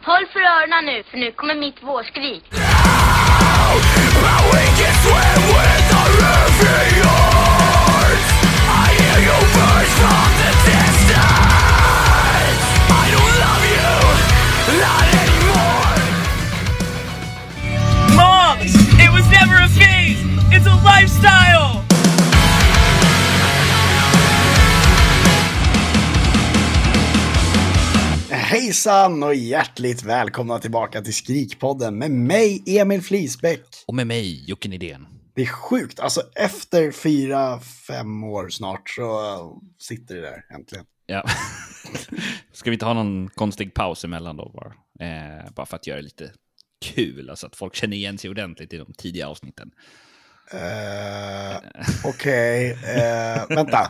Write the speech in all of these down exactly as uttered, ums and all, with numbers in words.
Håll för öronen nu, för nu kommer mitt vårskrik. Mom, it was never a phase. It's a lifestyle. Hejsan och hjärtligt välkomna tillbaka till Skrikpodden med mig, Emil Flisbäck. Och med mig, Jocke Nidén. Det är sjukt, alltså efter fyra, fem år snart så sitter det där äntligen. Ja. Ska vi inte ha någon konstig paus emellan då bara? Eh, bara för att göra det lite kul, alltså att folk känner igen sig ordentligt i de tidiga avsnitten. Uh, Okej, okay. uh, vänta.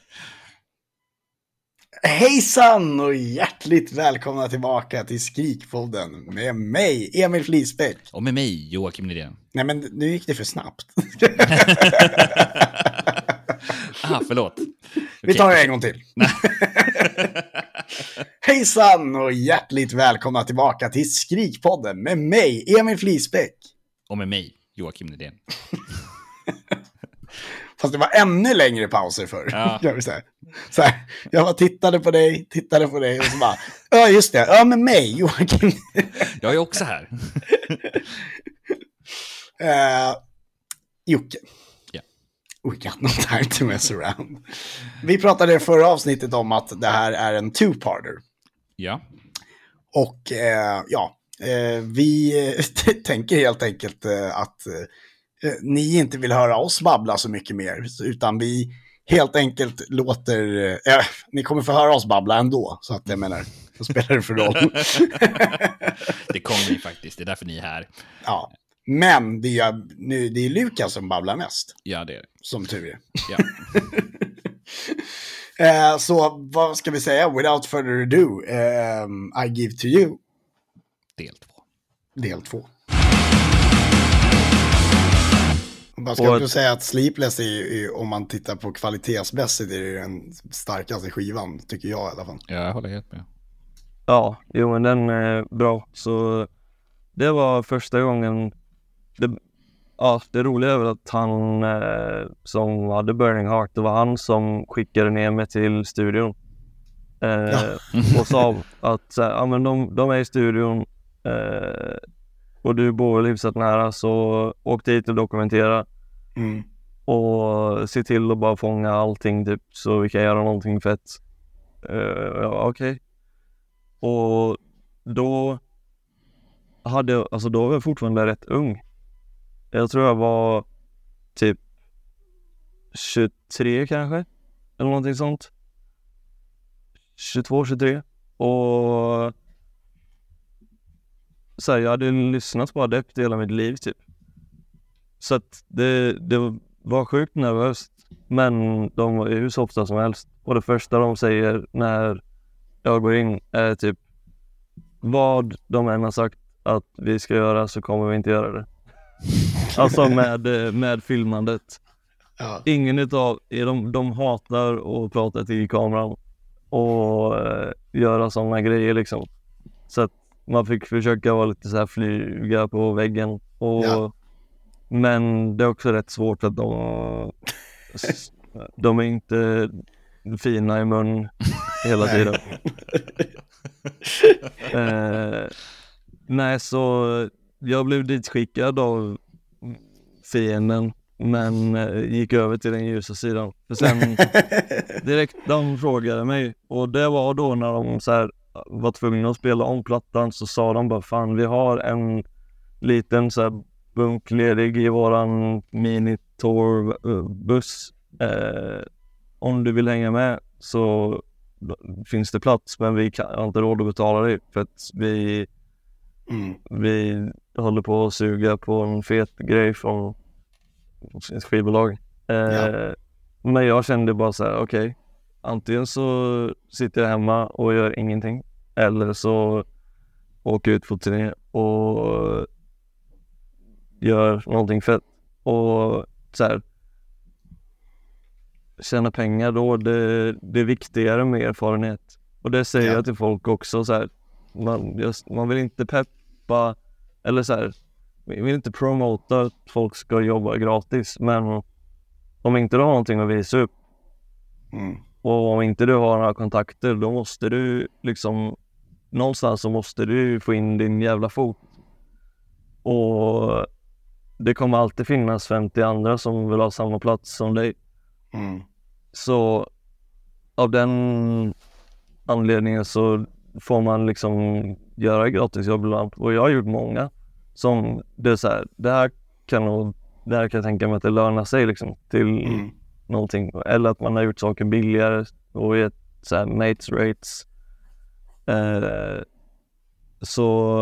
Hejsan och hjärtligt välkomna tillbaka till Skrikpodden med mig, Emil Flisbäck. Och med mig, Joakim Nidén. Nej, men nu gick det för snabbt. ah, förlåt. Vi tar det en gång till. Hejsan och hjärtligt välkomna tillbaka till Skrikpodden med mig, Emil Flisbäck. Och med mig, Joakim Nidén. Fast det var ännu längre pauser förr. Ja. Jag, så här. Så här, jag bara tittade på dig, tittade på dig och så bara, ja just det, ja med mig, Joakim. Jag är också här. uh, Jocke. Ja. We got no time to mess around. Vi pratade i förra avsnittet om att det här är en two-parter. Ja. Och uh, ja, uh, vi uh, tänker helt enkelt uh, att uh, ni inte vill höra oss babbla så mycket mer, utan vi helt enkelt låter, äh, ni kommer få höra oss babbla ändå, så att jag menar, vad spelar det för roll? Det kommer ni faktiskt, det är därför ni är här. Ja, men det är, nu, det är Lukas som babblar mest. Ja, det är det. Som tur är. Ja. uh, så vad ska vi säga? Without further ado, um, I give to you. Del två. Del två. Jag ska också säga att Sleepless är ju, om man tittar på kvalitetsmässigt, är det den starkaste skivan, tycker jag i alla fall. Ja, jag håller helt med. Ja, jo men den är bra. Så det var första gången. Det, ja, det roliga är väl att han eh, som hade Burning Heart, det var han som skickade ner mig till studion. Eh, ja. Och sa att så här, ja, men de, de är i studion eh, och du bor hyfsat nära, så åk dit och dokumentera. Mm. Och se till att bara fånga allting typ, så vi kan göra någonting fett. Uh, ja, okej. Okay. Och då hade jag, alltså då var jag fortfarande rätt ung. Jag tror jag var typ tjugotre kanske, eller någonting sånt. tjugotvå, tjugotre. Och så här, jag hade lyssnat på Adept hela mitt liv typ. Så att det, det var sjukt nervöst. Men de är ju så ofta som helst. Och det första de säger när jag går in är typ, vad de än har sagt att vi ska göra så kommer vi inte göra det. Alltså med, med filmandet. Ja. Ingen utav de, de hatar att prata till kameran och uh, göra sådana grejer liksom. Så att man fick försöka vara lite så här flyga på väggen. Och ja. Men det är också rätt svårt att de, de är inte fina i mun hela tiden. eh, nej, så jag blev ditskickad av fienden, men eh, gick över till den ljusa sidan. För sen direkt de frågade mig, och det var då när de så här var tvungna att spela om plattan, så sa de bara, fan vi har en liten så här bunk ledig i våran mini-tour-buss. Eh, om du vill hänga med så finns det plats, men vi kan har inte råd att betala det för att vi mm. vi håller på att suga på en fet grej från ett skivbolag. Eh, ja. Men jag kände bara så här, okej, okay, antingen så sitter jag hemma och gör ingenting, eller så åker jag ut på turné och gör någonting fett. Och så här, tjäna pengar då, det, det är viktigare med erfarenhet. Och det säger ja. jag till folk också så här, man, just, man vill inte peppa eller så här, vi vill inte promota att folk ska jobba gratis, men om inte du har någonting att visa upp mm. och om inte du har några kontakter, då måste du liksom någonstans så måste du få in din jävla fot. Och det kommer alltid finnas femtio andra som vill ha samma plats som dig. Mm. Så av den anledningen så får man liksom göra gratisjobb ibland. Och jag har gjort många som det är så här, det här kan nog, det här kan jag tänka mig att det lönar sig liksom till mm. någonting. Eller att man har gjort saker billigare och gett så här mates rates. Eh, så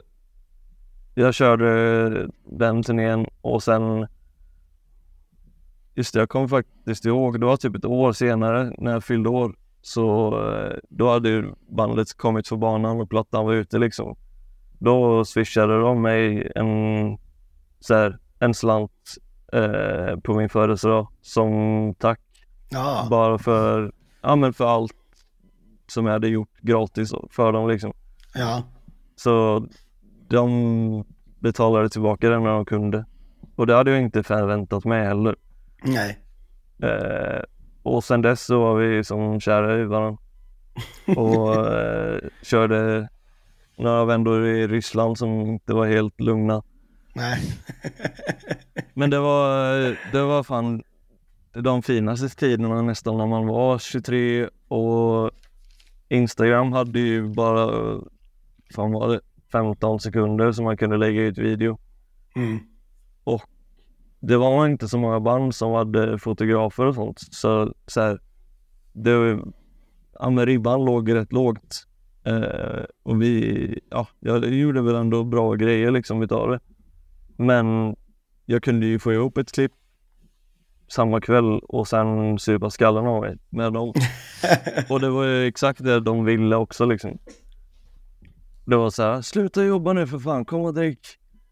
jag körde den turnén och sen just det, jag kommer faktiskt ihåg, det var typ ett år senare när jag fyllde år, så då hade ju bandet kommit för banan och plattan var ute liksom. Då swishade de mig en så här, en slant eh, på min födelsedag som tack. Ja. Bara för ja men för allt som jag hade gjort gratis för dem liksom. Ja. Så de betalade tillbaka den när de kunde. Och det hade jag inte förväntat mig heller. Nej. Eh, och sen dess så var vi som kära i varandra. Och eh, körde några vändor i Ryssland som inte var helt lugna. Nej. Men det var, det var fan de finaste tiderna nästan när man var tjugotre och Instagram hade ju bara fan var det femton sekunder som man kunde lägga ut video. Mm. Och det var inte så många band som hade fotografer och sånt. Så, så här, det, ja, men ribban låg rätt lågt. Eh, och vi, ja, jag gjorde väl ändå bra grejer liksom vi tar det. Men jag kunde ju få ihop ett klipp samma kväll och sen supa skallen av mig med dem. Och det var ju exakt det de ville också liksom. Det var så här, sluta jobba nu för fan, kom och drick.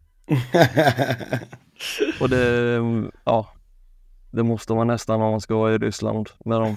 Och det, ja, det måste man nästan om man ska vara i Ryssland med dem.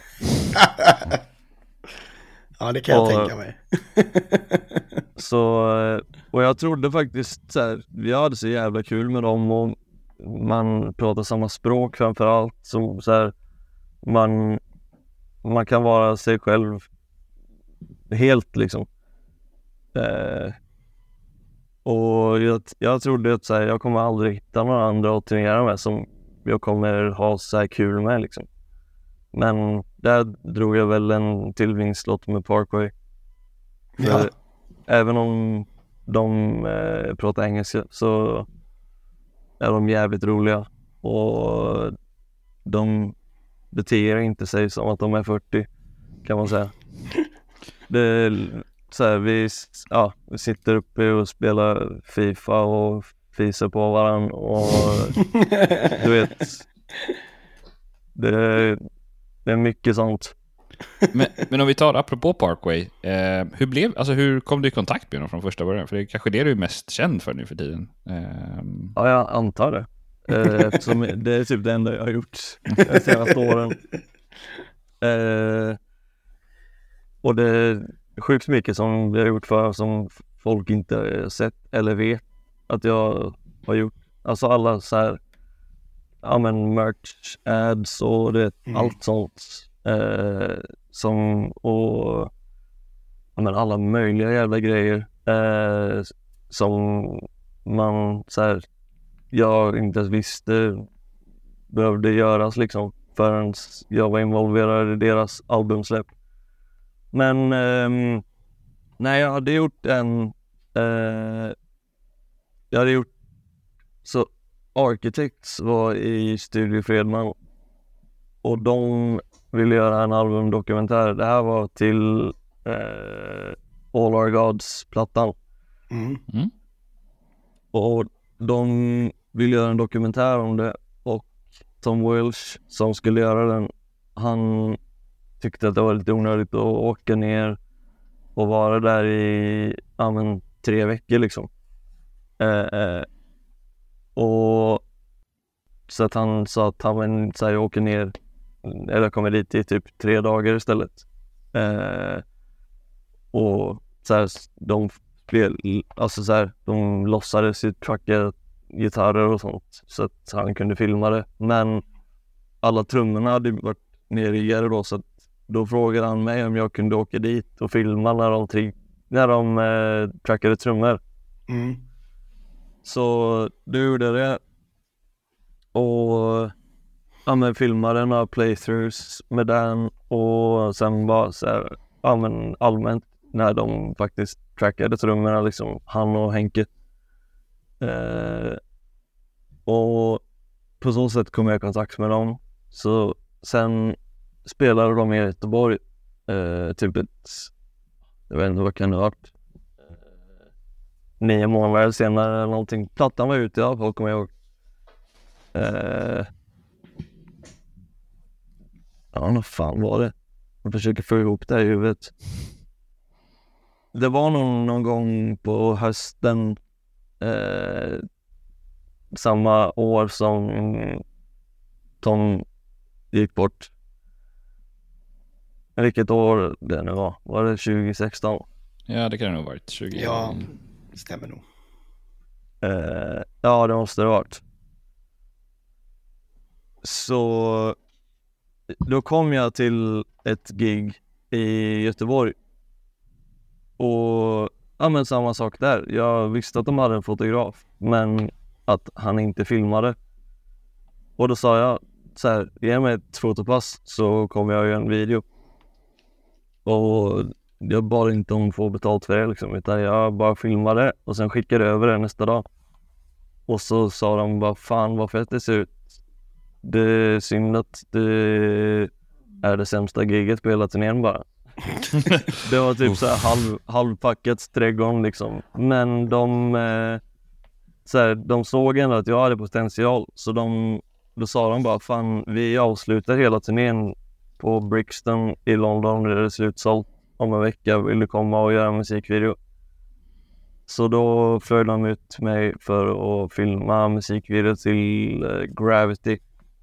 Ja, det kan jag och, tänka mig. Så, och jag trodde faktiskt så här, vi hade så jävla kul med dem och man pratar samma språk framförallt. Så, så här, man, man kan vara sig själv helt liksom. Eh, och jag, jag trodde att så här, jag kommer aldrig hitta några andra att turnera med som jag kommer ha så här kul med liksom. Men där drog jag väl en till vinstlott med Parkway. Ja. Även om de eh, pratar engelska så är de jävligt roliga och de beter inte sig som att de är fyrtio kan man säga. Det så här, vi, ja, vi sitter uppe och spelar FIFA och fiser på varandra och du vet det, det är mycket sånt. Men, men om vi tar apropå Parkway, eh, hur blev, alltså hur kom du i kontakt med dem från första början? För det är kanske det du är mest känd för nu för tiden. Eh. Ja, jag antar det. Eh, eftersom det är typ det enda jag har gjort de senaste åren. Eh, och det är sjukt mycket som vi har gjort för som folk inte sett eller vet att jag har gjort. Alltså alla så här, ja men merch ads och det, mm. allt sånt. Eh, som och ja, men alla möjliga jävla grejer eh, som man så här, jag inte ens visste behövde göras liksom förrän jag var involverad i deras albumsläpp. Men eh, nej, jag hade gjort en eh, jag hade gjort så Architects var i Studio Fredman och de ville göra en albumdokumentär. Det här var till eh, All Our Gods-plattan. Mm. Mm. Och de ville göra en dokumentär om det. Och Tom Welsh som skulle göra den, han tyckte att det var lite onödigt att åka ner och vara där i ja, men, tre veckor liksom. Eh, och så att han sa att han men, så här, jag åker ner eller kommer dit i typ tre dagar istället. Eh, och så här, de spel, alltså så här, de låtsades ju tracka gitarrer och sånt så att han kunde filma det. Men alla trummorna hade varit nerriggade då, så att då frågade han mig om jag kunde åka dit och filma när de, tri- när de eh, trackade trummor. Mm. Så du gjorde det. Och ja, men filmade några playthroughs med den. Och sen bara så här, ja, men allmänt när de faktiskt trackade trummorna, liksom han och Henke. Eh, och på så sätt kom jag i kontakt med dem. Så sen spelade de i Göteborg eh, typ ett, jag vet inte vad kan det ha varit, eh, nio månader senare eller någonting. Plattan var ute i alla fall, kommer jag ihåg. Eh, ja, vad fan var det? Jag försöker få ihop det här i huvudet. Det var någon, någon gång på hösten eh, samma år som Tom gick bort. Vilket år det nu var? Var det tjugo sexton? Ja, det kan det nog ha varit. tjugo Ja, det stämmer nog. Eh, ja, det måste det ha varit. Så då kom jag till ett gig i Göteborg. Och ja, men samma sak där. Jag visste att de hade en fotograf, men att han inte filmade. Och då sa jag så här, ge mig ett fotopass så kommer jag göra en video. Och jag bad inte om att få betalt för det liksom, utan jag bara filmade och sen skickade över det nästa dag. Och så sa de bara, fan vad fett det ser ut. Det är synd att det är det sämsta giget på hela turnén bara. Det var typ så här halv, halvpackat trädgården liksom. Men de eh, så här, de såg ändå att jag hade potential. Så de, då sa de bara, fan vi avslutar hela turnén på Brixton i London. Det är slutsålt om en vecka, vill du komma och göra en musikvideo? Så då flög de ut mig för att filma musikvideo till eh, Gravity.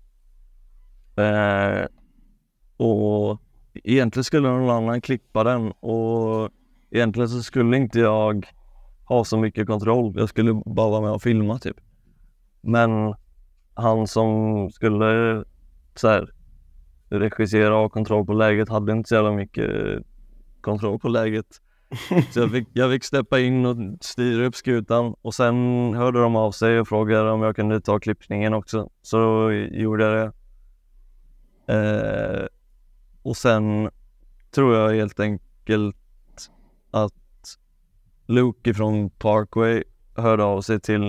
Eh, och egentligen skulle någon annan klippa den. Och egentligen så skulle inte jag ha så mycket kontroll. Jag skulle bara vara med och filma typ. Men han som skulle så här, regissera och kontroll på läget hade inte så jävla mycket kontroll på läget. Så jag fick, jag fick steppa in och styra upp skutan. Och sen hörde de av sig och frågade om jag kunde ta klippningen också. Så gjorde jag det. Eh, och sen tror jag helt enkelt att Luke från Parkway hörde av sig till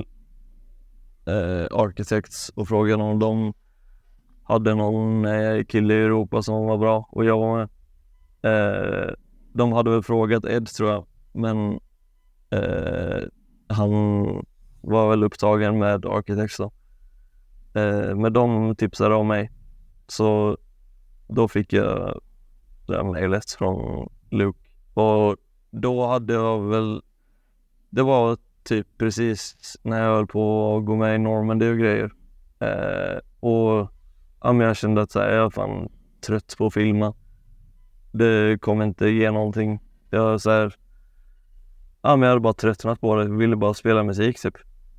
eh, Architects och frågade om de hade någon eh, kille i Europa som var bra och jag var med. Eh, de hade väl frågat Ed tror jag, men eh, han var väl upptagen med Architects då. Eh, men de tipsade om mig. Så då fick jag det här mejlet från Luke. Och då hade jag väl, det var typ precis när jag höll på att gå med i Normandy och grejer. Eh, och ja, men jag kände att så här, jag är fan trött på att filma. Det kommer inte ge någonting. Jag så här, ja, men jag hade bara tröttnat på det. Jag ville bara spela musik typ.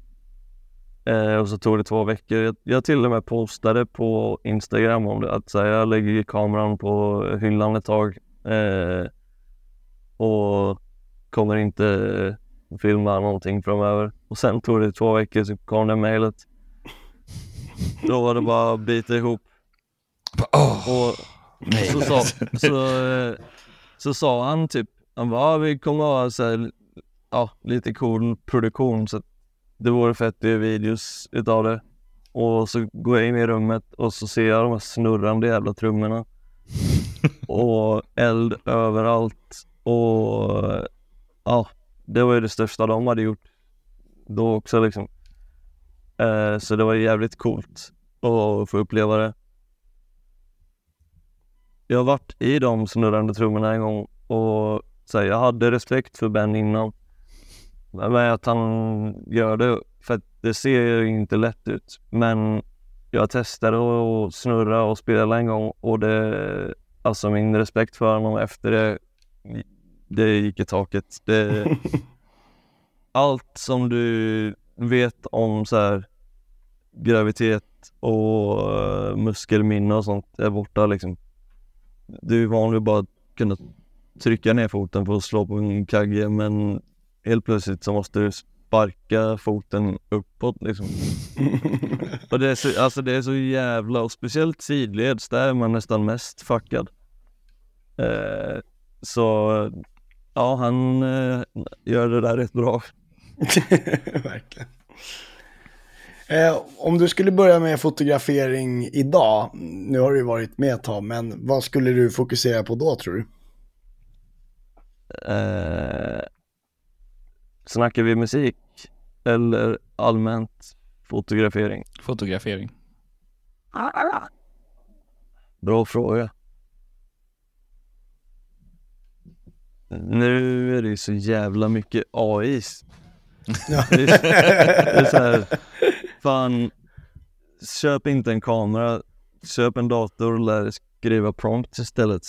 Eh, och så tog det två veckor. Jag, jag till och med postade på Instagram om det. Att så här, jag lägger kameran på hyllan ett tag. Eh, och kommer inte filma någonting framöver. Och sen tog det två veckor så kom det mejlet. Då var det bara att bita ihop. Oh, och så sa, så, eh, så sa han typ, han bara, vi kommer ha så här, ja, lite cool produktion så det vore fett att göra videos utav det. Och så går jag in i rummet och så ser jag de här snurrande jävla trummorna. Och eld överallt. Och ja, det var ju det största de hade gjort då också liksom. Eh, så det var jävligt coolt att få uppleva det. Jag har varit i de snurrande trummorna en gång och så här, jag hade respekt för Ben innan. Men att han gör det, för att det ser inte lätt ut. Men jag testade att snurra och spela en gång och det, alltså min respekt för honom efter det det gick i taket. Det, allt som du vet om så här gravitet och uh, muskelminne och sånt är borta liksom. Du är van vid bara att kunna trycka ner foten för att slå på en kagge, men helt plötsligt så måste du sparka foten uppåt liksom. Och det är så, alltså det är så jävla, och speciellt sidleds, där är man nästan mest fuckad. Eh, så ja, han eh, gör det där rätt bra. Verkligen. Eh, om du skulle börja med fotografering idag, nu har du ju varit med ett tag, men vad skulle du fokusera på då, tror du? Eh, snackar vi musik eller allmänt fotografering? Fotografering. Bra fråga. Nu är det ju så jävla mycket A I. Ja. Det är, det är så här, fan, köp inte en kamera, köp en dator och lär dig skriva prompts istället.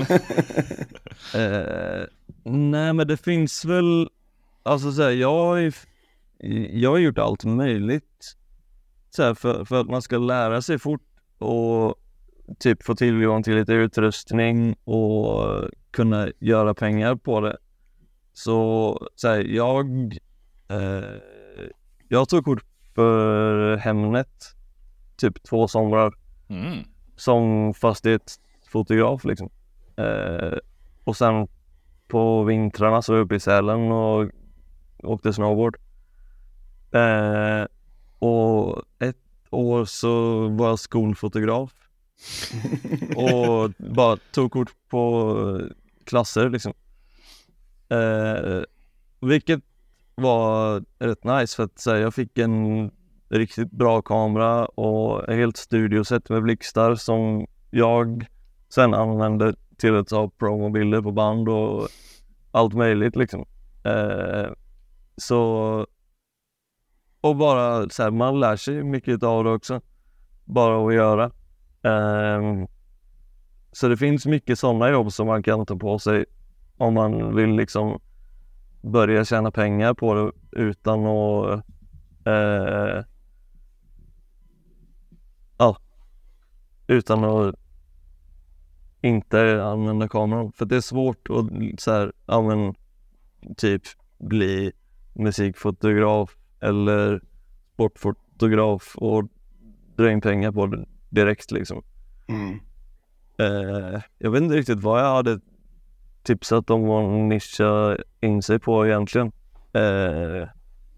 eh, nej, men det finns väl, alltså så här, jag har ju, jag har gjort allt möjligt så här, för, för att man ska lära sig fort och typ få tillgång till lite utrustning och kunna göra pengar på det. Så, så här, jag eh, jag tog kort för Hemnet typ två somrar Mm. som fastighetsfotograf liksom. Eh, och sen på vintrarna så var jag uppe i Sälen och åkte snowboard. Eh, och ett år så var jag skolfotograf. Och bara tog kort på klasser liksom. Eh, vilket var rätt nice för att så här, jag fick en riktigt bra kamera och ett helt studioset med blixtar som jag sen använde till att ta promobilder på band och allt möjligt liksom. Eh, så och bara så här, man lär sig mycket av det också. Bara att göra. Eh, så det finns mycket sådana jobb som man kan ta på sig om man vill liksom börja tjäna pengar på det utan att eh, ja, utan att inte använda kameran. För det är svårt att så här, ja, men, typ bli musikfotograf eller sportfotograf och dra in pengar på det direkt liksom. Mm. Eh, jag vet inte riktigt vad jag hade tipsat om att nischa in sig på egentligen. Eh,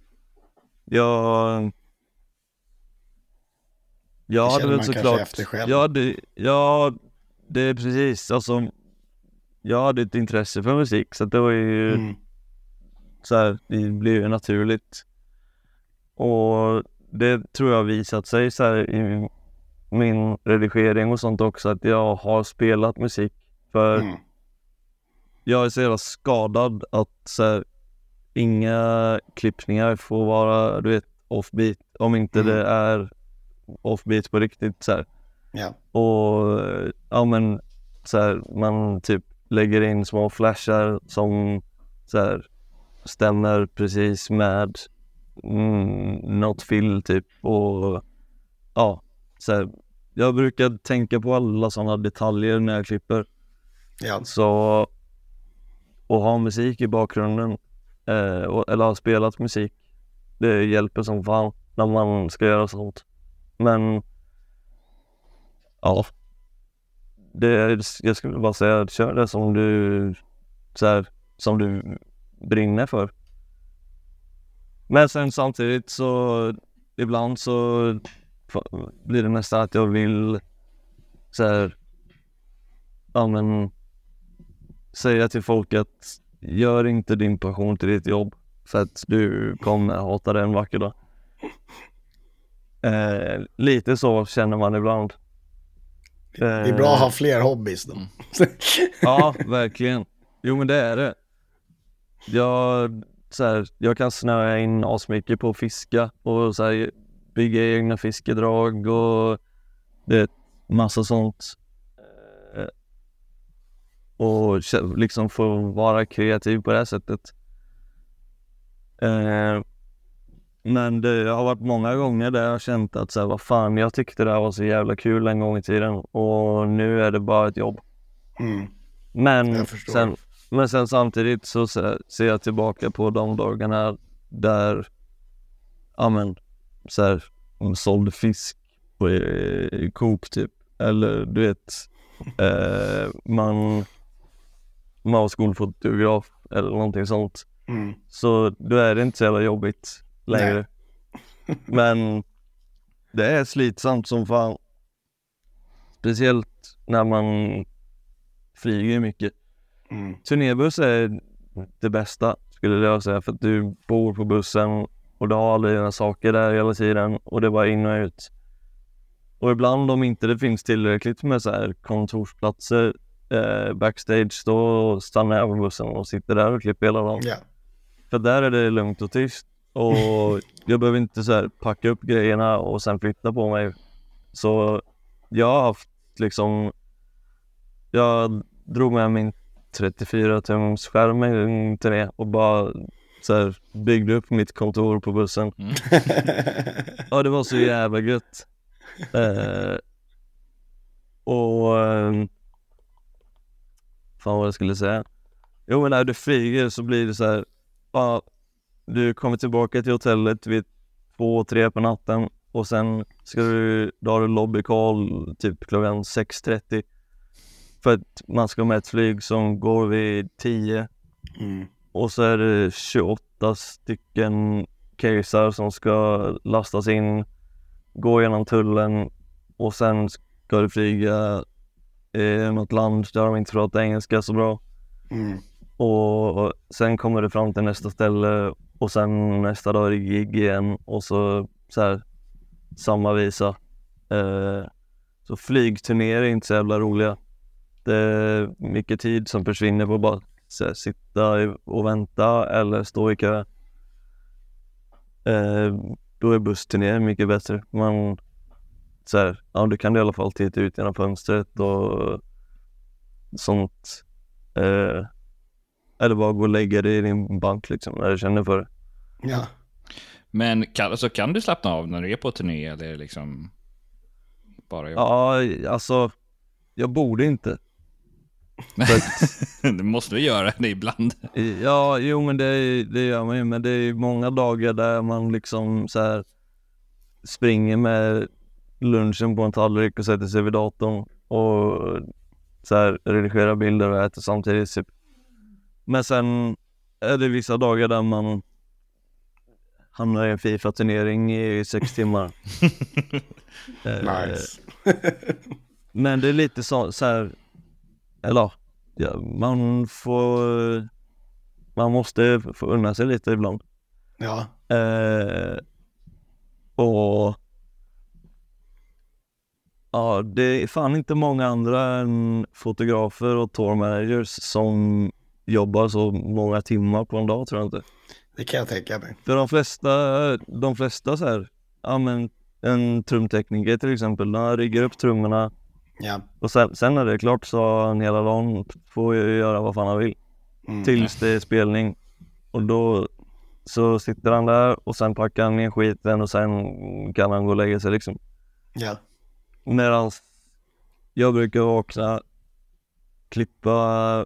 jag jag hade väl såklart ja det, ja, det är precis. Alltså, jag hade ett intresse för musik så det var ju mm. så här, det blev ju naturligt. Och det tror jag visat sig så här i min redigering och sånt också, att jag har spelat musik för mm. jag är så jävla skadad att så här, inga klippningar får vara, du vet, offbeat om inte mm. det är offbeat på riktigt så här. Ja. Och ja, men så här, man typ lägger in små flashar som så här stämmer precis med mm, något fill typ, och ja, så här, jag brukar tänka på alla sådana detaljer när jag klipper. Ja. Så och ha musik i bakgrunden eh, och, eller ha spelat musik, det hjälper som fan när man ska göra sånt. Men ja, det, jag skulle bara säga, kör det som du så här, som du brinner för. Men sen samtidigt så ibland så blir det nästan att jag vill så här, ja men säga till folk att gör inte din passion till ditt jobb för att du kommer hata det en vacker dag. Eh, lite så känner man ibland. Eh, det är bra att ha fler hobbys då. Ja, verkligen. Jo, men det är det. Jag, så här, jag kan snöa in asmycket på fiska och så här, bygga egna fiskedrag och det är massa sånt. Eh, och liksom få vara kreativ på det här sättet. Eh, men det har varit många gånger där jag har känt att så här, vad fan, jag tyckte det här var så jävla kul en gång i tiden och nu är det bara ett jobb. Mm. Men sen, men sen samtidigt så ser jag tillbaka på de dagarna där ja men så här, de sålde fisk på i Coop typ, eller du vet eh, man man var skolfotograf eller någonting sånt. Mm. Så då är det inte så jävla jobbigt längre. Men det är slitsamt som fan. Speciellt när man flyger mycket. Mm. Turnébuss är det bästa skulle jag säga, för att du bor på bussen och du har alla dina saker där hela tiden och det är bara in och ut. Och ibland om inte det finns tillräckligt med så här kontorsplatser eh, backstage, då stannar jag på bussen och sitter där och klipper hela dagen. Yeah. För där är det lugnt och tyst och jag behöver inte så här packa upp grejerna och sen flytta på mig. Så jag har haft liksom, jag drog med min trettiofyra tums skärm till det och bara så här byggde upp mitt kontor på bussen. Mm. Ja, det var så jävla gött. Eh, och eh, fan vad jag skulle säga. Jo, men när du flyger så blir det så här, ja, du kommer tillbaka till hotellet vid två, tre på natten och sen ska du, då har du lobbycall typ klockan sex trettio för att man ska med ett flyg som går vid tio. Mm. Och så är det tjugoåtta stycken casear som ska lastas in, gå genom tullen och sen ska du flyga i något land där de inte pratar engelska så bra. Mm. Och sen kommer du fram till nästa ställe och sen nästa dag är det gig igen och så, så här, samma visa. Eh, så flygturnéer är inte så jävla roliga. Det är mycket tid som försvinner på bara så här, sitta och vänta eller stå i kö. Eh, då är bussturnéer mycket bättre. Man så här, ja, du kan i alla fall titta ut genom fönstret och sånt. Eh, eller bara gå och lägga det i din bank liksom, när du känner för det. Ja. Men kan, alltså, kan du slappna av när du är på turné eller liksom bara jobb? Ja, alltså jag borde inte. Du måste vi göra det ibland. Ja, jo men det, det gör man ju, men det är många dagar där man liksom så här springer med lunchen på en tallrik och sätter sig vid datorn och så här redigerar bilder och äter samtidigt typ. Men sen är det vissa dagar där man hamnar i en FIFA-turnering i sex timmar. Nice. Men det är lite så, så här, eller ja, man får, man måste få unna sig lite ibland. Ja. Eh, och ja, det är fan inte många andra än fotografer och tour managers som jobbar så många timmar på en dag, tror jag inte. Det kan jag tänka mig. För de flesta, de flesta så här, ja men en trumtekniker till exempel, den riggar upp trummorna. Ja. Och sen, sen när det är klart så har han hela dagen får ju göra vad fan han vill. Mm. Tills det är spelning. Och då så sitter han där och sen packar han ner skiten och sen kan han gå och lägga sig liksom. Ja. Medan jag brukar vakna, klippa,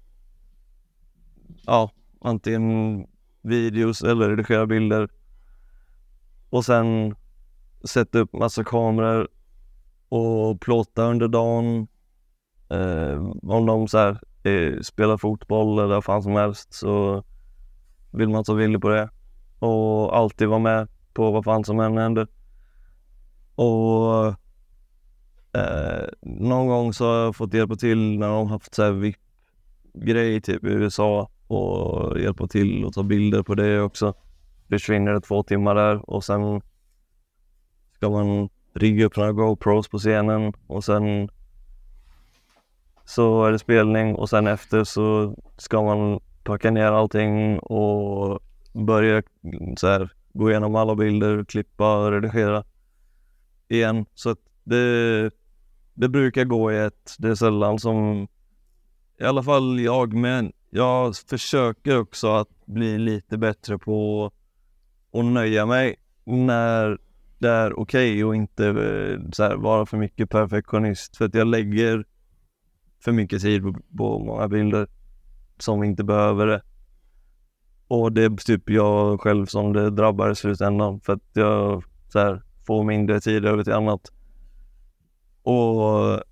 ja, antingen videos eller redigera bilder. Och sen sätta upp massa kameror och plåta under dagen. Eh, om de så här, eh, spelar fotboll eller vad fan som helst så vill man ta villig på det. Och alltid vara med på vad fan som än händer. Och eh, någon gång så har jag fått hjälpa till när de haft så här V I P-grej typ i U S A. Och hjälpa till och ta bilder på det också. Försvinner det två timmar där och sen ska man rigga upp några GoPros på scenen och sen så är det spelning och sen efter så ska man packa ner allting och börja så här, gå igenom alla bilder, klippa och redigera igen. Så att det, det brukar gå i ett, det är sällan som i alla fall jag, men jag försöker också att bli lite bättre på att nöja mig när det är okej okay och inte så här, vara för mycket perfektionist. För att jag lägger för mycket tid på, på många bilder som inte behöver det. Och det är typ jag själv som det drabbar i slutändan. För att jag så här, får mindre tid över till annat. Och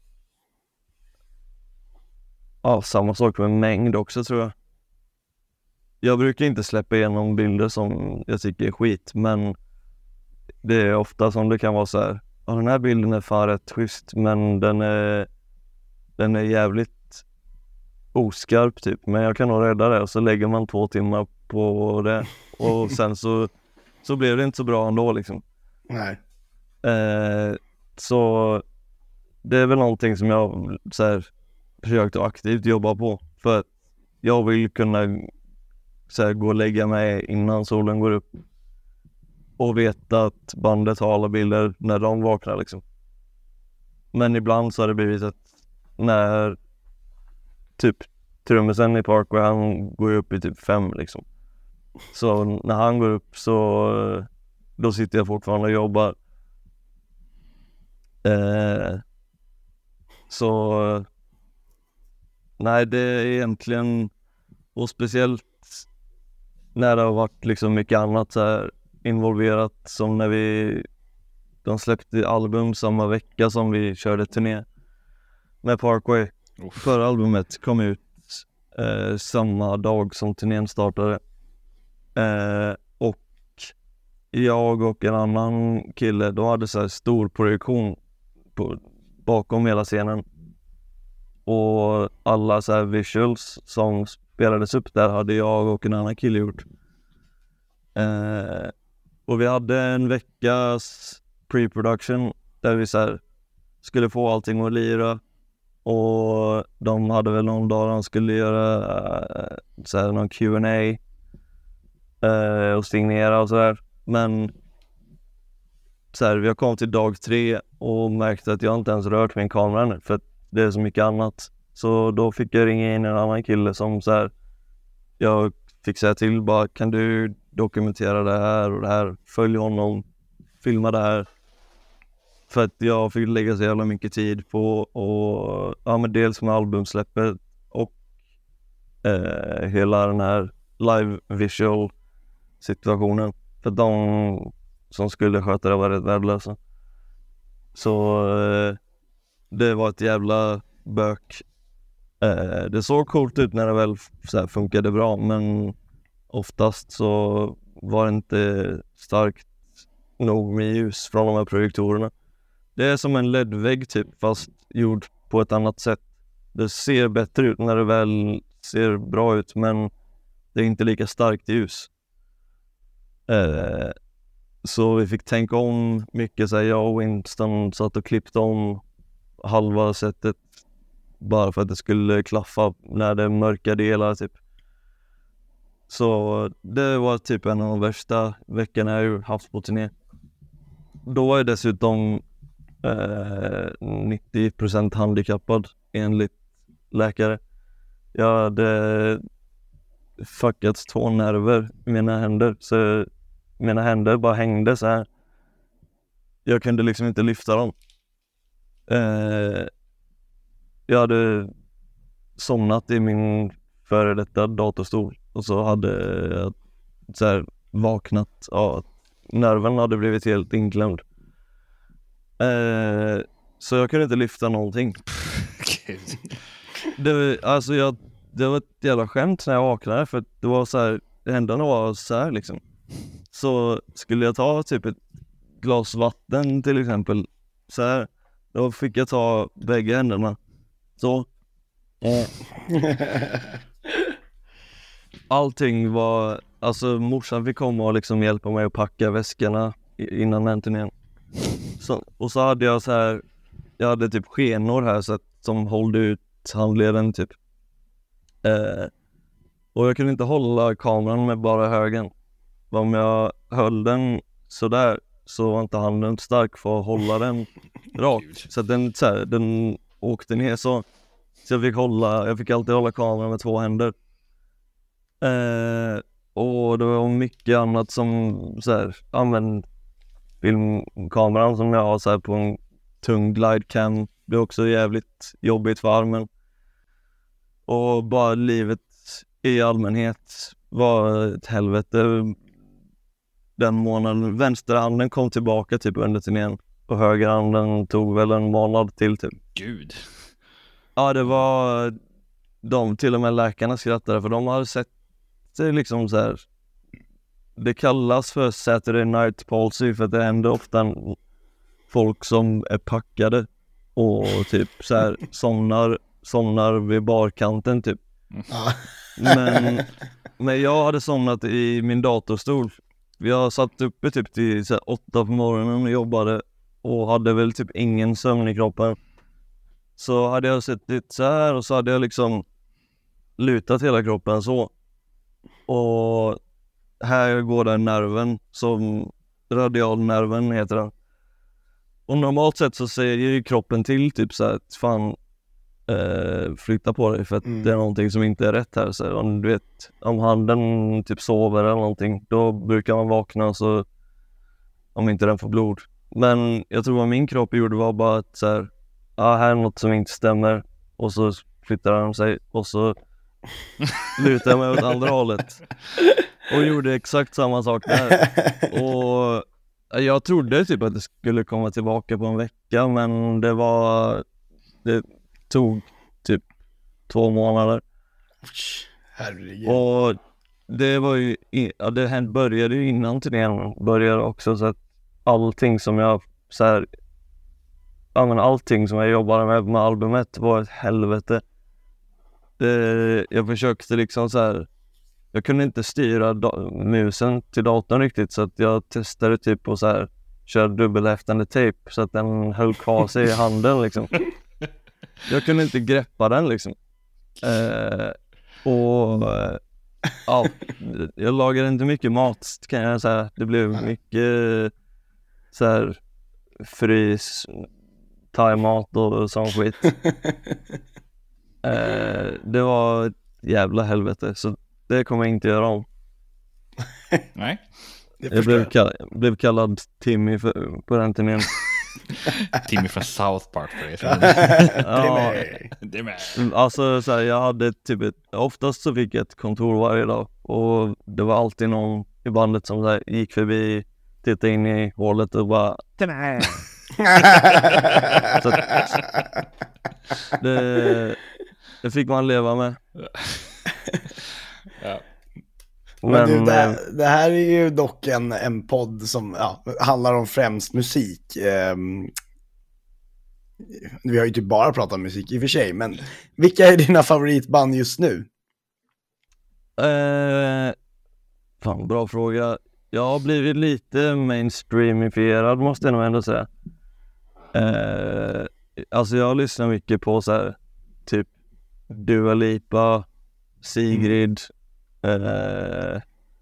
ja, samma sak med mängd också tror jag. Jag brukar inte släppa igenom bilder som jag tycker är skit. Men det är ofta som det kan vara så här. Ja, den här bilden är fan rätt schysst. Men den är, den är jävligt oskarp typ. Men jag kan nog rädda det. Och så lägger man två timmar på det. Och sen så, så blir det inte så bra ändå liksom. Nej. Eh, så det är väl någonting som jag så här, försökt att aktivt jobba på. För att jag vill kunna så här, gå och lägga mig innan solen går upp. Och veta att bandet har alla bilder när de vaknar liksom. Men ibland så har det blivit att när typ trummisen i Parkway, han går upp i typ fem liksom. Så när han går upp så då sitter jag fortfarande och jobbar. Eh, så nej, det är egentligen, och speciellt när det har varit liksom mycket annat så här involverat, som när vi de släppte album samma vecka som vi körde turné med Parkway. Oh. Förra albumet kom ut eh, samma dag som turnén startade. Eh, och jag och en annan kille, då hade så här stor projektion på, bakom hela scenen. Och alla så här visuals som spelades upp där hade jag och en annan kille gjort. Eh, och vi hade en veckas pre-production där vi så här skulle få allting att lira. Och de hade väl någon dag de skulle göra uh, så här, någon Q and A uh, och signera och sådär. Men så här, vi har kommit till dag tre och märkt att jag inte ens rört min kamera nu för att det är så mycket annat. Så då fick jag ringa in en annan kille som så här, jag fick säga till bara, kan du dokumentera det här och det här, följ honom, filma det här. För att jag fick lägga så jävla mycket tid på och ja, men dels med albumsläppet och eh, hela den här live visual situationen. För de som skulle sköta det var rätt värdelösa. Så eh, det var ett jävla bök. Eh, det såg coolt ut när det väl så här, funkade bra, men oftast så var det inte starkt nog med ljus från de här projektorerna. Det är som en L E D-vägg typ, fast gjord på ett annat sätt. Det ser bättre ut när det väl ser bra ut, men det är inte lika starkt ljus. Eh, så vi fick tänka om mycket, så här, jag och Winston satt och klippte om halva sättet bara för att det skulle klaffa när det mörka delar typ. Så det var typ en av de värsta veckorna jag haft på turné. Då var jag dessutom eh, nittio procent handikappad enligt läkare. Jag hade fuckat två nerver i mina händer, så mina händer bara hängde så här. Jag kunde liksom inte lyfta dem. Eh, jag hade somnat i min före detta datorstol och så hade jag så här vaknat av att nerven hade blivit helt inklämd. Eh, så jag kunde inte lyfta någonting. det, alltså jag, det var ett jävla skämt när jag vaknade, för det var så här, händerna var så här liksom. Så skulle jag ta typ ett glas vatten till exempel så här, då fick jag ta bägge händerna så. Eh. Allting var, alltså morsan fick komma och liksom hjälpa mig att packa väskorna innan den turnén. Så, och så hade jag så här, jag hade typ skenor här så att, som hållde ut handleden typ. Eh, och jag kunde inte hålla kameran med bara högen. Om jag höll den så där så var inte handen stark för att hålla den rakt. Så att den, så här, den åkte ner så. Så jag fick hålla, jag fick alltid hålla kameran med två händer. Eh, och det var mycket annat som så här, ja men filmkameran som jag har så här på en tung glidecam. Det är också jävligt jobbigt för armen. Och bara livet i allmänhet var ett helvete. Den månaden, vänsterhanden kom tillbaka typ under turnén. Och högerhanden tog väl en månad till typ. Gud. Ja, det var de, till och med läkarna skrattade för de hade sett det liksom så här. Det kallas för Saturday Night Palsy för att det händer ofta folk som är packade och typ så här somnar, somnar vid barkanten typ. Men, men jag hade somnat i min datorstol. Jag satt uppe typ till så här, åtta på morgonen och jobbade och hade väl typ ingen sömn i kroppen. Så hade jag suttit så här och så hade jag liksom lutat hela kroppen så. Och här går den nerven som radialnerven heter den. Och normalt sett så säger ju kroppen till typ så här att fan eh, flytta på dig för att mm. det är någonting som inte är rätt här. Så om du vet, om handen typ sover eller någonting, då brukar man vakna så om inte den får blod. Men jag tror vad min kropp gjorde var bara att så här, ja, här är något som inte stämmer. Och så flyttar den sig och så lutar jag mig åt andra hållet. Och gjorde exakt samma sak där. Och jag trodde typ att det skulle komma tillbaka på en vecka. Men det var, det tog typ två månader. Herregud. Och det var ju, ja, det började ju innan turnén började också. Så att allting som jag så här, ja, men allting som jag jobbade med med albumet var ett helvete. Det, jag försökte liksom så här, jag kunde inte styra da- musen till datorn riktigt så att jag testade typ på så här, köra dubbelhäftande tejp så att den höll kvar sig i handen liksom. Jag kunde inte greppa den liksom. Eh, och eh, ja, jag lagade inte mycket mat kan jag säga. Det blev mycket så här frys thai-mat och sån skit. eh, det var ett jävla helvete så det kommer jag inte göra om. Nej. Jag blev, kall- blev kallad Timmy för, på den turnén. Timmy från South Park för er. Ja, Det är med. alltså så här, jag hade typ ett, oftast så fick jag ett kontor varje dag och det var alltid någon i bandet som så här, gick förbi, tittade in i hålet och bara Timmy. Så att, det, det fick man leva med. Ja. Men, Men du, det, här, det här är ju dock en, en podd som ja, handlar om främst musik. Um, vi har ju typ bara pratat om musik i och för sig, men vilka är dina favoritband just nu? Eh, fan, bra fråga. Jag har blivit lite mainstreamifierad måste jag nog ändå säga. Eh, alltså jag lyssnar mycket på så här typ Dua Lipa, Sigrid, mm. eh,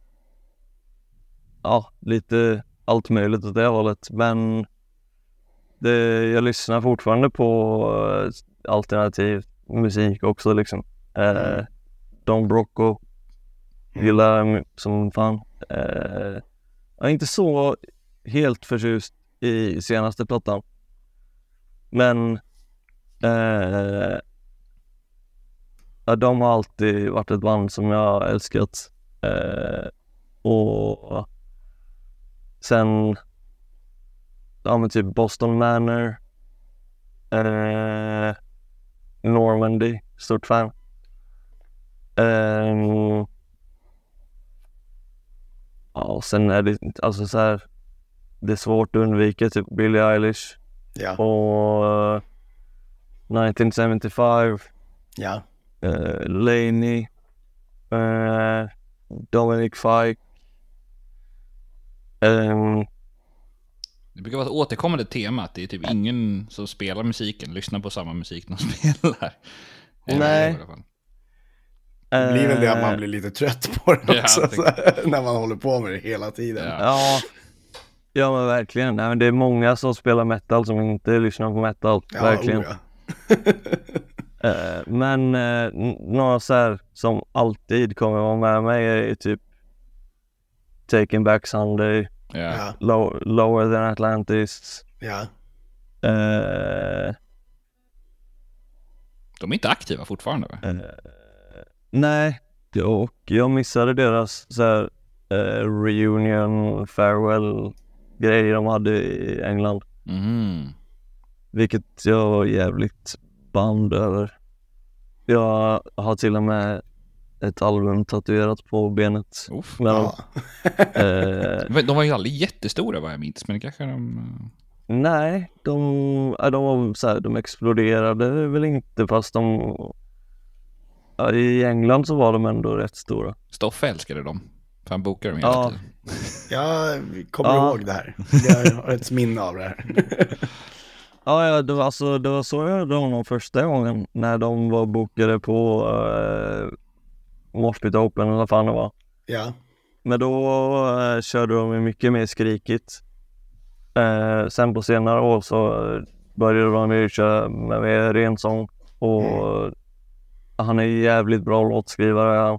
ja, lite allt möjligt åt det hållet. Men det, jag lyssnar fortfarande på eh, alternativ musik också liksom. Eh, mm. Don Brocco gillar som fan. Eh, jag är inte så helt förtjust i senaste plattan. Men eh, ja, de har alltid varit ett band som jag har älskat. Eh, och sen ja, men typ Boston Manor, eh, Normandy, stort fan. Eh, ja, sen är det alltså så här, det är svårt att undvika typ Billie Eilish. Ja. Och uh, nittonhundrasjuttiofem. Ja. Uh, Laney. Uh, Dominic Fike. Um, Det brukar vara ett återkommande tema att det är typ ingen som spelar musiken lyssnar på samma musik de spelar. Nej. Det blir väl det att man blir lite trött på det också, Ja, så, när man håller på med det hela tiden. Ja. Ja, ja men verkligen. Nej, men det är många som spelar metal som inte lyssnar på metal. Ja, verkligen. Oh, ja. Uh, men uh, n- några så här som alltid kommer vara med mig är typ Taking Back Sunday, Ja. Ja, low, Lower Than Atlantis. ja. Uh, De är inte aktiva fortfarande, va? uh, nej, och jag missade deras så här, uh, reunion, farewell grejer de hade i England. Mm. Vilket jag var jävligt band över. Jag har till och med ett album tatuerat på benet. Uff. Med dem. Ja. Eh, De var ju aldrig jättestora vad jag minns, men det kanske de... nej, de, ja, de var så här, de exploderade väl inte, fast de... Ja, i England så var de ändå rätt stora. Stoffe älskade dem. För han bokade dem hela Ja. tiden. Jag kommer Ja. ihåg det här. Jag har ett minne av det här. Ja, ja det, var, alltså, det var så jag hörde honom första gången när de var bokade på uh, Moshpit Open eller vad fan det var. Ja, Men då uh, körde de ju mycket mer skrikigt. Uh, sen på senare år så uh, började de ju köra med mer rensång. Och uh, han är jävligt bra låtskrivare. Ja.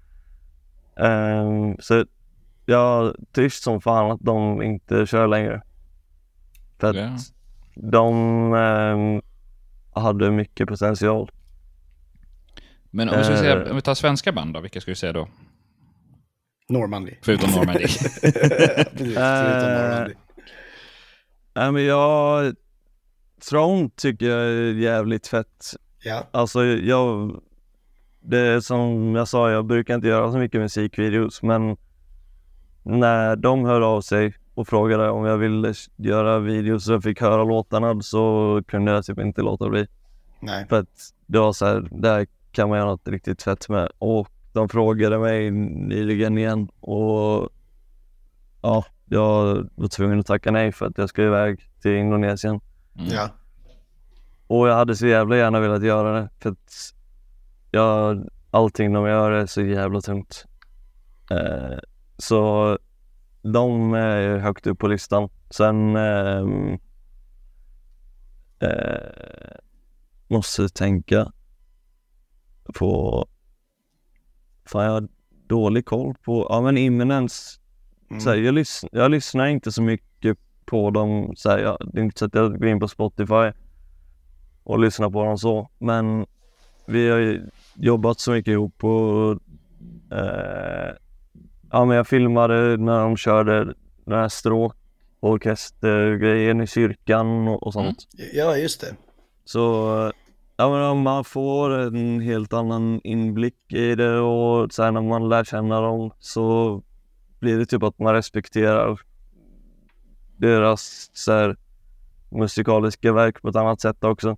Uh, så jag tyst som fan att de inte kör längre. För att Ja. de um, hade mycket potential. Men om vi, ska säga, Eh. om vi tar svenska band då, vilka ska vi säga då? Normandy. Förutom Normandy. Precis, förutom Normandy. Nej, men jag... Throne tycker jag är jävligt fett. Ja, Alltså jag... Det är som jag sa, jag brukar inte göra så mycket musikvideos, men när de hörde av sig och frågade om jag ville göra videos och jag fick höra låtarna, så kunde jag typ inte låta bli. nej. För att det var så här, där kan man göra något riktigt fett med. Och de frågade mig nyligen igen och ja, jag var tvungen att tacka nej för att jag ska iväg till Indonesien. Mm. Ja, Och jag hade så jävla gärna velat göra det, för att jag, allting de gör är så jävla tungt. Eh, så de är högt upp på listan. Sen ehm, eh, måste tänka på, fan jag har dålig koll på, ja men Imminence. mm. Så här, jag, lys- jag lyssnar inte så mycket på dem, så här, jag, det är inte så att jag går in på Spotify och lyssnar på dem så, men vi har ju jobbat så mycket ihop och eh, ja men jag filmade när de körde den här stråk orkestergrejen i kyrkan och, och sånt. Ja, just det. Så ja, men om man får en helt annan inblick i det och sen när man lär känna dem, så blir det typ att man respekterar deras så här, musikaliska verk på ett annat sätt också.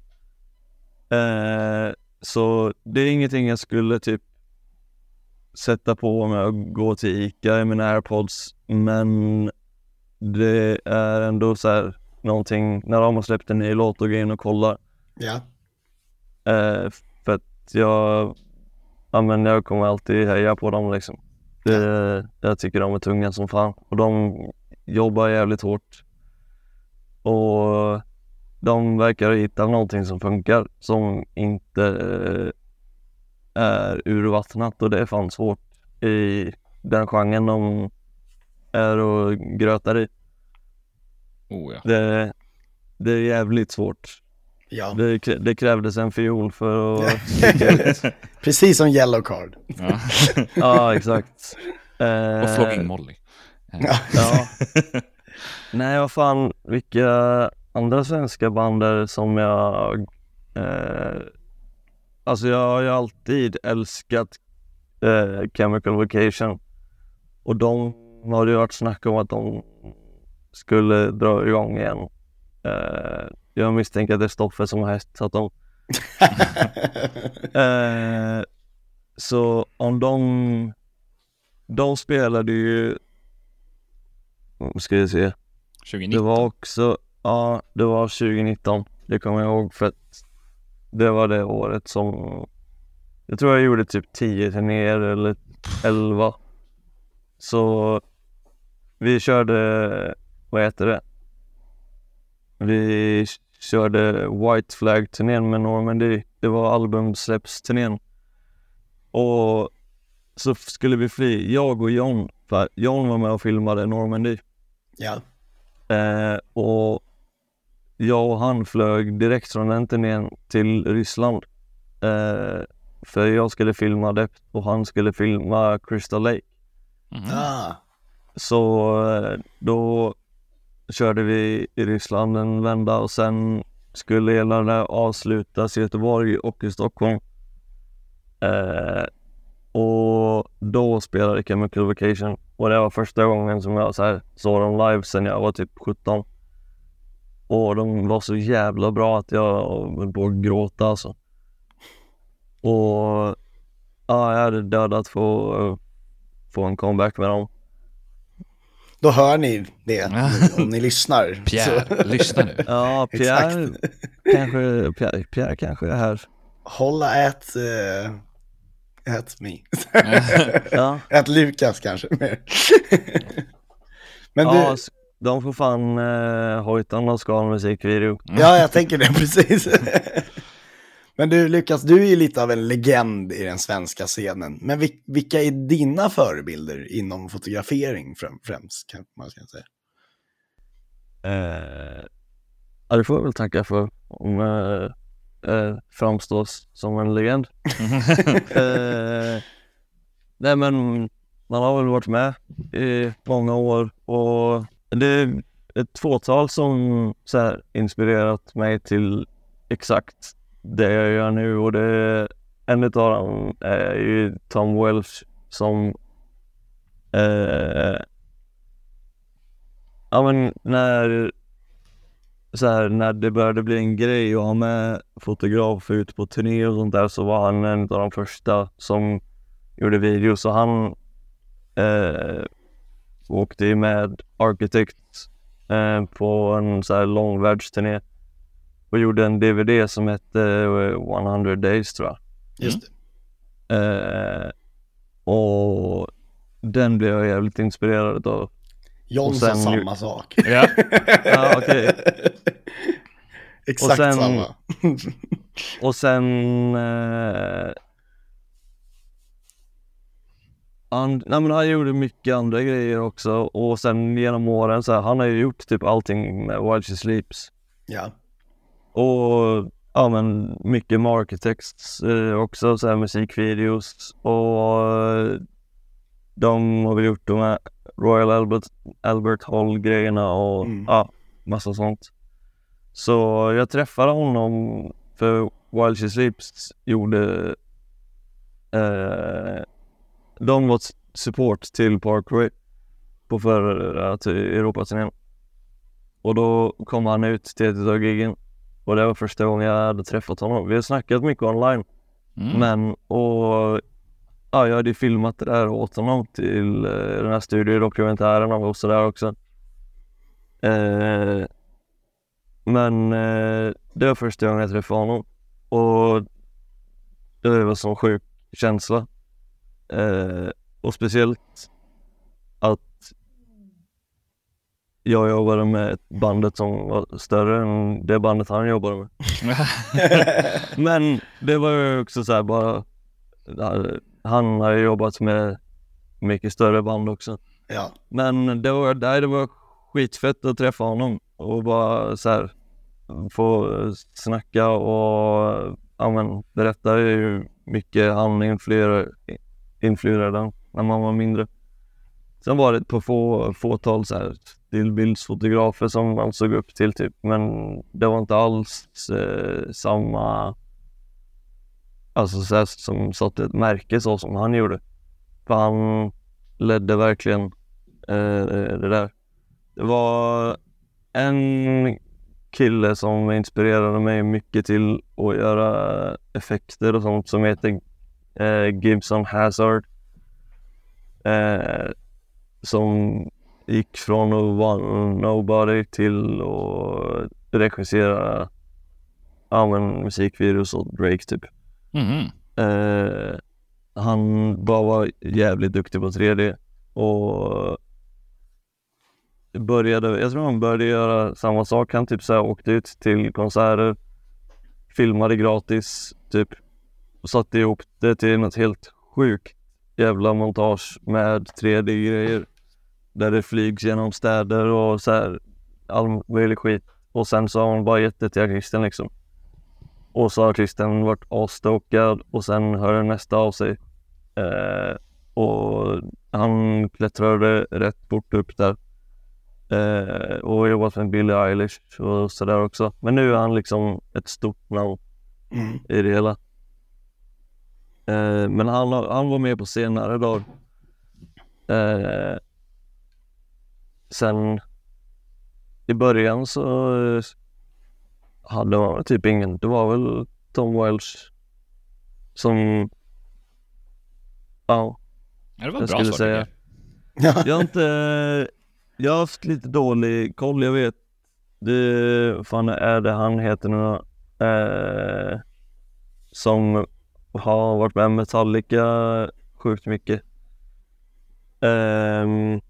Eh, så det är ingenting jag skulle typ sätta på med att gå till Ica i mina AirPods, men det är ändå så här någonting när de har släppt en ny låt och går in och kollar. Ja, Eh, för att jag, ja men jag kommer alltid heja på dem liksom. Det, jag tycker de är tunga som fan och de jobbar jävligt hårt. Och de verkar hitta någonting som funkar, som inte eh, är urvattnat, och det är fan svårt i den genren de är och grötar i. Oh, ja. Det, det är jävligt svårt. ja. Det, krä- det krävdes en fiol för att... Precis som Yellow Card. Ja. Ja, exakt. Eh, Och Flogging Molly. Ja. Ja. Nej, vad fan, vilka andra svenska band är det som jag... Eh, alltså jag har ju alltid älskat eh, Chemical Vacation. Och de har ju varit snack om att de skulle dra igång igen. Eh, jag misstänker att det är Stoffe som har hetsat dem. eh, så om de... De spelade ju... Ska jag se. tjugonitton. Det var också... Ja, det var tjugonitton. Det kommer jag ihåg, för att det var det året som... Jag tror jag gjorde typ tio turnéer eller elva. Så vi körde... Vad heter det? Vi körde White Flag-turnén med Normandy. Det var albumsläppsturnén. Och så skulle vi fly, jag och John. För John var med och filmade Normandy. Ja. Eh, och jag och han flög direkt från den turnén till Ryssland. Eh, för jag skulle filma det och han skulle filma Crystal Lake. Mm. Ah. Så eh, då körde vi i Ryssland en vända och sen skulle hela det avslutas i Göteborg och i Stockholm. Eh, och då spelade Chemical Vacation och det var första gången som jag så här, såg dem live sen jag var typ sjutton. Och de var så jävla bra att jag höll på att gråta alltså. Och ja, jag hade dödat för att få en comeback med dem. Då hör ni det om ni lyssnar. Pierre, Så. lyssna nu. Ja, Pierre kanske, Pierre, Pierre kanske är här. Hålla ett, uh, ett me. Ja. Ett Lukas kanske mer. Men du, Ja, de får fan uh, hojtan och ska ha en musikvideo. ja, jag tänker det precis. Men du Lukas, du är ju lite av en legend i den svenska scenen. Men vil- vilka är dina förebilder inom fotografering främ- främst, kan man ska säga? Uh, ja, det får jag väl tacka för om uh, uh, framstås som en legend. uh, nej men man har väl varit med i många år och det är ett fåtal som så här, inspirerat mig till exakt det jag gör nu och det en av dem är ju Tom Welsh som eh, ja men när så här, när det började bli en grej och ha med fotograf ut på turné och sånt där så var han en av de första som gjorde videos och han eh, åkte med Architect eh, på en så här långvärldsturné och gjorde en D V D som hette hundra Days tror jag. Just det. Eh, och den blev jag jävligt inspirerad av. John sa sen- samma sak. Ja. Ja, okej. Exakt Och sen- samma. Och sen eh, han, nej men han gjorde mycket andra grejer också och sen genom åren så här, han har ju gjort typ allting med While She Sleeps Ja. och ja men mycket med Architects eh, också så här musikvideos och eh, de har väl gjort de här Royal Albert, Albert Hall grejerna och Mm. ja, massa sånt. Så jag träffade honom för While She Sleeps gjorde eh, de var support till Parkway på förra till Europaturnén. Och då kom han ut till ett av giggen och det var första gången jag hade träffat honom. Vi har snackat mycket online Mm. men och ja, jag hade filmat det där åt honom till eh, den här studiodokumentären och så där också. Eh, men eh, det var första gången jag träffade honom och det var sån sjuk känsla. Eh, och speciellt att jag jobbade med ett bandet som var större än det bandet han jobbade med. Men det var ju också så här bara han har jobbat med mycket större band också. Ja. Men det var, nej, det var skitfett att träffa honom och bara så här få snacka och ja, men, berätta ju mycket han influerade, influerade när man var mindre. Sen var det ett på få, fåtal så här stillbildsfotografer som man såg upp till typ, men det var inte alls eh, samma alltså så här, som satte ett märke så som han gjorde. För han ledde verkligen eh, det där. Det var en kille som inspirerade mig mycket till att göra effekter och sånt som heter eh, Gibson Hazard. Eh, som gick från att vara nobody till att regissera ja, men, musikvideos och Drake typ. Mm. Eh, han bara var jävligt duktig på tre D och började, jag tror han började göra samma sak. Han typ så här åkte ut till konserter, filmade gratis typ och satte ihop det till något helt sjukt jävla montage med tre D-grejer där det flygs genom städer och så här all möjlig skit. Och sen så har han bara gett det till artisten liksom. Och så har artisten varit asstokad och sen hör nästa av sig. Eh, och han klättrade rätt bort upp där. Eh, och jobbat med Billie Eilish och sådär också. Men nu är han liksom ett stort namn mm. i det hela. Eh, men han, han var med på senare dag. Eh, sen i början så eh, hade man typ ingen. Det var väl Tom Welsh som ja, ja det var jag bra skulle så, säga. Jag har inte jag har haft lite dålig koll, jag vet. Det fan är det han heter nu eh, som har varit med Metallica sjukt mycket. Eh,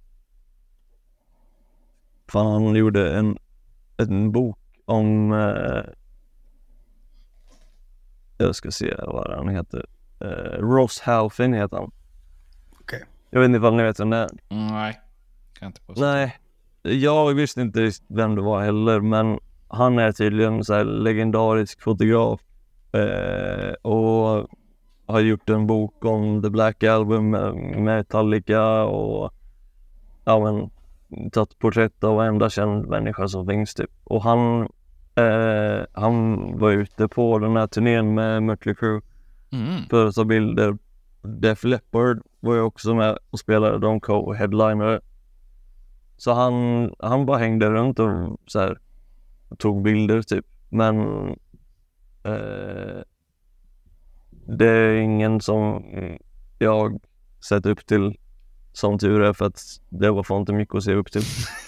fan han gjorde en en bok om eh, jag ska se vad han heter. Eh, Ross Halfin heter han. Okej. Okay. Jag vet inte vad ni vet om det. Mm, nej. Kan inte påstå. Nej. Jag visste inte vem det var heller, men han är tydligen så här legendarisk fotograf eh, och har gjort en bok om The Black Album med Metallica och ja men tagit porträtt av varenda känd människa som finns typ. Och han eh, han var ute på den här turnén med Mötley Crüe mm. för att ta bilder. Def Leppard var ju också med och spelade, de co-headlinare. Så han, han bara hängde runt och så här, tog bilder typ. Men eh, det är ingen som jag sett upp till, som tur är, för att det var fan inte mycket att se upp till.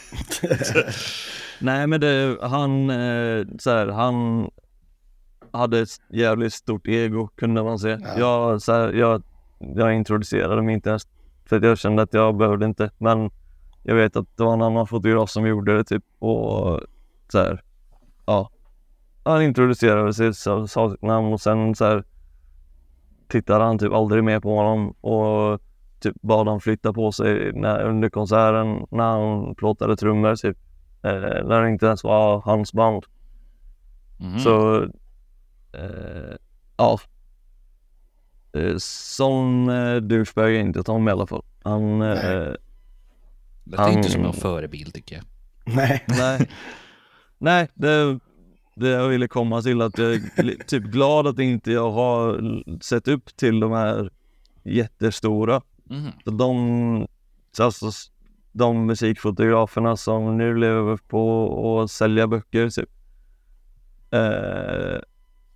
Nej men det, han eh, så här, han hade ett jävligt stort ego, kunde man säga. Ja. Jag, så här, jag, jag introducerade mig inte ens för att jag kände att jag behövde inte. Men jag vet att det var en annan fotograf som gjorde det typ. Och så här, ja. Han introducerade sig, sa, sa sitt namn och sen så här tittade han typ aldrig mer på honom. Och typ bad han flytta på sig när, under konserten när han plåtade trummor typ. Eh, när det inte ens var hans band. Mm. Så eh, ja. Eh, som eh, douchebag är inte Tom i alla fall. Han eh, det är inte som en förebild tycker jag. Nej. Nej. Nej, det, det jag ville komma till att jag är typ glad att inte jag har sett upp till de här jättestora. Mm. Så de, alltså, de musikfotograferna som nu lever på att sälja böcker typ. Eh,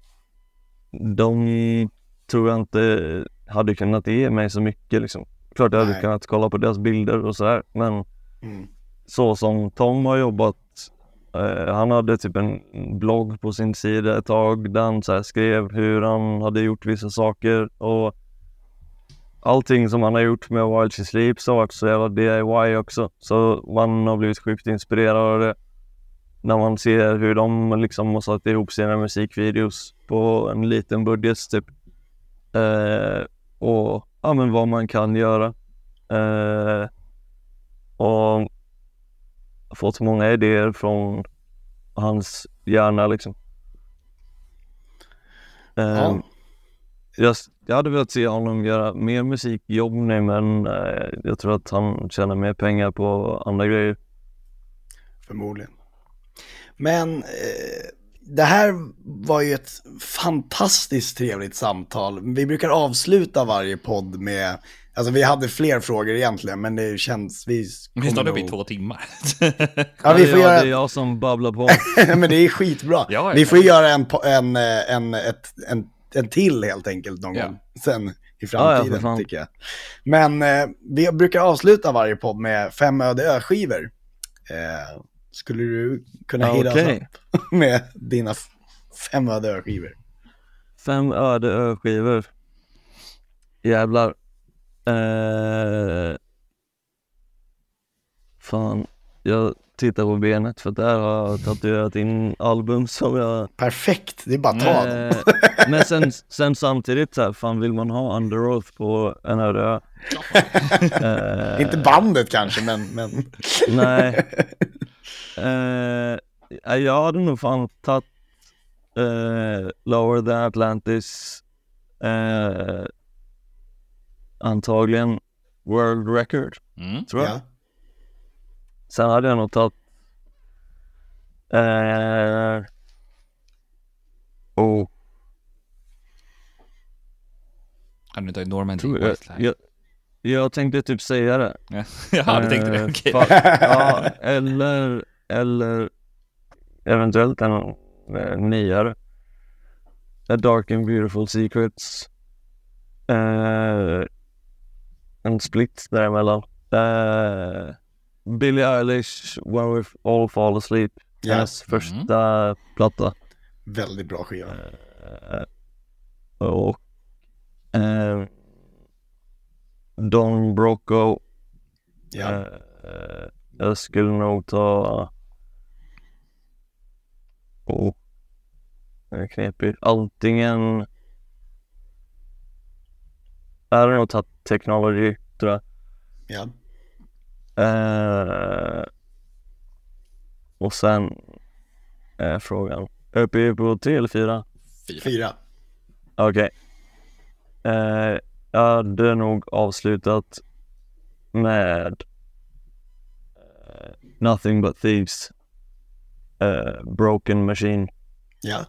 de tror jag inte hade kunnat ge mig så mycket liksom. Klart jag hade Nej. kunnat kolla på deras bilder och sådär, men mm. så som Tom har jobbat, eh, han hade typ en blogg på sin sida ett tag där han så här skrev hur han hade gjort vissa saker och allting som han har gjort med While She Sleeps har varit så jävla D I Y också, så man har blivit sjukt inspirerad av det när man ser hur de liksom har satt ihop sina musikvideos på en liten budget typ. Eh, och ja men vad man kan göra eh, och fått många idéer från hans hjärna liksom. eh, ja. jag, jag hade velat se honom göra mer musikjobb nu, men eh, jag tror att han tjänar mer pengar på andra grejer. Förmodligen. Men eh, det här var ju ett fantastiskt trevligt samtal. Vi brukar avsluta varje podd med, alltså vi hade fler frågor egentligen, men det känns vi Vi står upp i två timmar. Ja, vi får ja, göra... det är jag som babblar på. Men det är skitbra. Ja, vi får göra en en en ett, en en till helt enkelt någon ja. gång sen i framtiden, ja, ja, tycker jag. Men eh, vi brukar avsluta varje podd med fem öde ö-skivor. Eh, Skulle du kunna ja, hida okay. oss upp med dina f- fem öde ö-skivor? Fem öde ö-skivor. Jävlar. Eh... Fan. jag tittar på benet för där har jag tatuerat in album som jag... Perfekt, det är bara att ta dem. Eh, men sen, sen samtidigt så här, fan vill man ha Under Oath på en ö? eh, Inte bandet kanske, men... men... Nej. Eh, jag hade nog fan tagit eh, Lower than Atlantis. Eh, antagligen World Record, Mm. tror jag. Ja. Sen hade jag nog tagit eh, oh, Hade du tagit Normandy? tror jag, jag, jag tänkte typ säga det. Ja, ja du tänkte det, Eh, okej. fa- ja, eller eller eventuellt en eh, nyare. A Dark and Beautiful Secrets. Eh, en split däremellan. Eh, Billie Eilish, When We All Fall Asleep. Ja. Hennes första platta. Väldigt bra skiva. Eh, och eh, Don Broco. Ja. Eh, jag skulle nog ta... Oh, det är knepigt. Antingen... Jag hade nog tagit Technology, tror jag. Ja. Eh, och sen är frågan, uppe på tre eller fyra? Fyra. Okej. Eh, jag hade nog avslutat med eh, Nothing But Thieves. Eh, Broken Machine. Ja.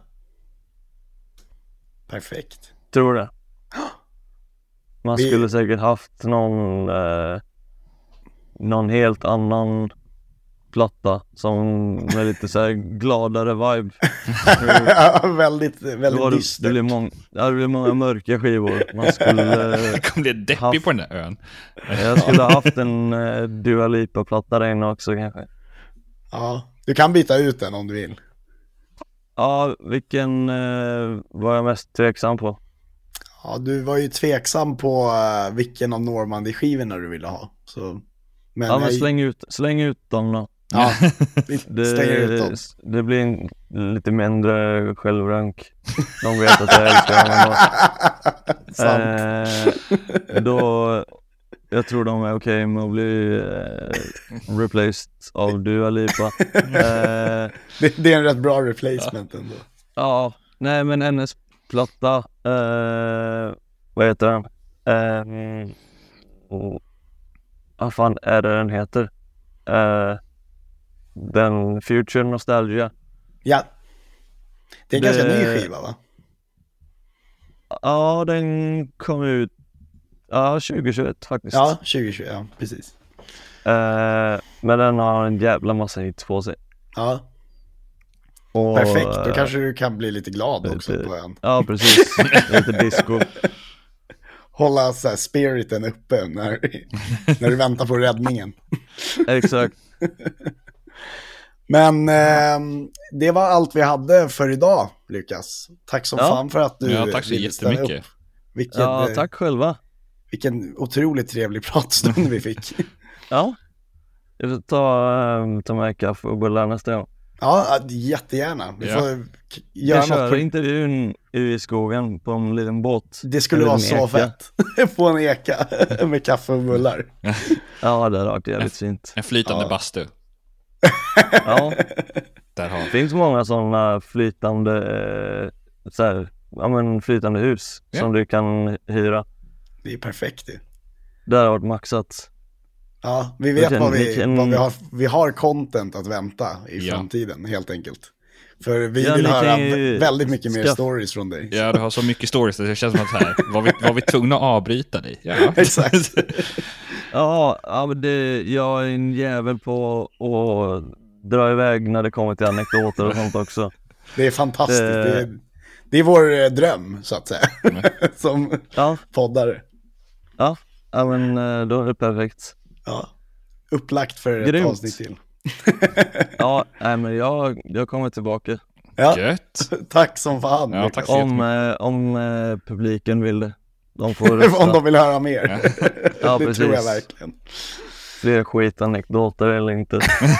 Perfekt. Tror det. Man Vi- skulle säkert haft någon eh, någon helt annan platta som med lite så här gladare vibe. väldigt, Det, väldigt var, det, dystert. det, blev mång, ja, det blev många mörka skivor. Man skulle, Jag kommer bli deppig haft- på den där ön. jag skulle ha haft en uh, Dua Lipa-platta där inne också kanske. Ja, du kan byta ut den om du vill. Ja, vilken uh, var jag mest tveksam på? Ja, du var ju tveksam på uh, vilken av Normandy-skivorna du ville ha. Så, men Ja, men jag- släng ut, släng ut dem då. Ja, vi stänger ut dem. Det, det blir en, lite mindre självrank. De vet att jag älskar dem ändå. Sant. Eh, då, jag tror de är okej med att bli eh, replaced av Dua Lipa. Eh, det, det är en rätt bra replacement ändå. ja, nej men hennes platta, eh, vad heter den? Eh, och, vad fan är det den heter? Eh, den Future Nostalgia. Ja. Det är en Det- ganska ny skiva, va? Ja, den kom ut ja, tjugohundratjugoett faktiskt. Ja, tjugo tjugo, ja, precis. Eh, men den har en jävla massa hits på sig. Ja, Och, perfekt. Då eh, kanske du kan bli lite glad också lite- på en. Ja, precis. Lite disco. Hålla så här spiriten uppe när, när du väntar på räddningen. Exakt. Men eh, det var allt vi hade för idag, Lukas. Tack som Ja. fan för att du Ja, tack så ville ställa jättemycket. upp. Vilken, Ja, eh, tack själva. vilken otroligt trevlig pratstund vi fick. Ja. Jag får ta, eh, ta med kaffe och bullar nästa gång. Ja, jättegärna. Vi Ja. får k- göra Jag kör något på... intervjun i skogen på en liten båt. Det skulle En vara liten så eka. fett. Få en eka med kaffe och bullar. Ja, det har varit jävligt fint. En flytande Ja. bastu. Ja, Där har det vi. finns många sådana flytande, eh, så här, ja, men flytande hus Ja. som du kan hyra. Det är perfekt det. Det har varit maxat. Ja, vi vet Vilken- vad, vi, vilken- vad vi har. Vi har content att vänta i Ja. framtiden, helt enkelt. För vi Ja, vill ni höra kan ju vä- väldigt mycket mer skaffa- stories från dig. Ja, du har så mycket stories. Det känns som att här, var vi, var vi tvungna att avbryta dig? Ja. Exakt. Ja, ja men det, jag är en jävel på att dra iväg när det kommer till anekdoter och sånt också. Det är fantastiskt. Det- Det, är, det är vår eh, dröm, så att säga. Som Ja, poddare. ja, ja men eh, då är det perfekt. Ja. Upplagt för ett Grymt. avsnitt till. Ja, nej, men jag, jag kommer tillbaka. Ja, Gött. tack som fan. Ja, Lukas. tack så Om, eh, om eh, publiken vill det. De får rösta. Om de vill höra mer. Ja, det precis. tror jag verkligen. fler skitanekdoter eller inte.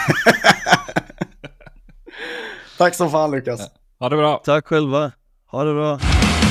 Tack så fan, Lukas. Ha det bra. Tack själva. Ha det bra.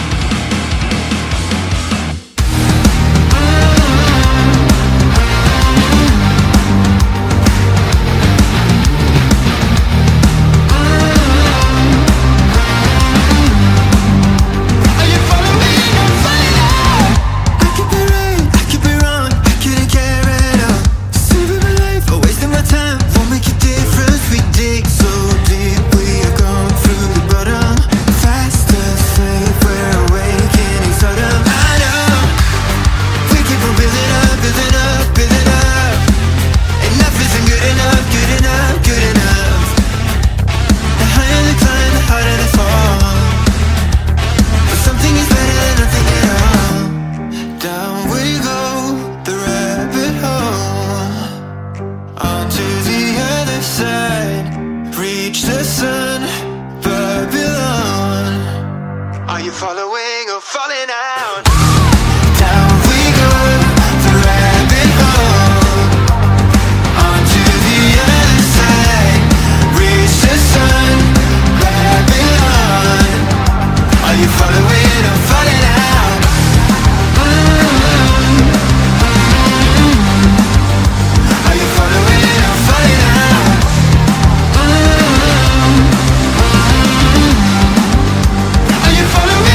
Following or falling out. Down we go, the rabbit hole. Onto the other side. Reach the sun, Babylon. Are you following or falling out? Mm-hmm. Are you following or falling out? Mm-hmm. Are you following?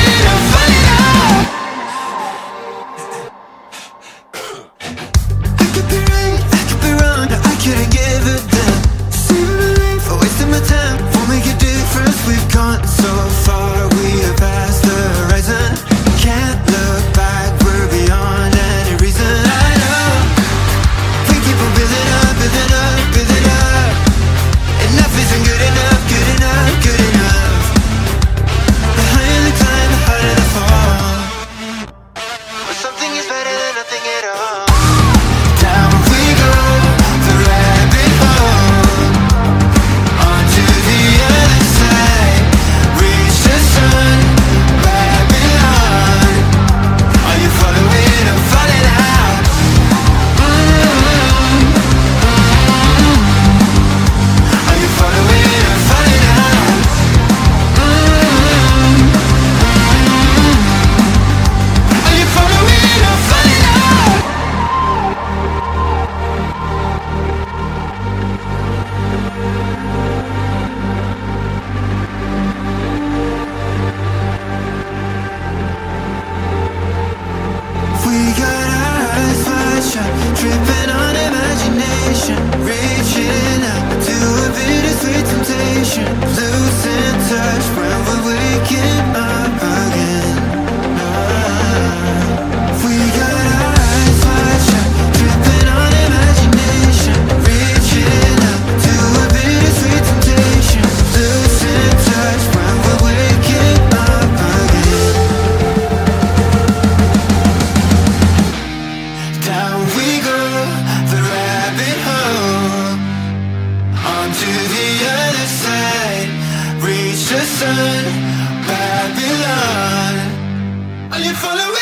Tripping on imagination, reaching out to a bittersweet temptation, losing touch when we're waking up again. We got our eyes wide shut, tripping on imagination, reaching out to a bittersweet temptation, losing touch when we're waking up again. Down we go, the rabbit hole. Onto the other side, reach the sun, Babylon. Are you following?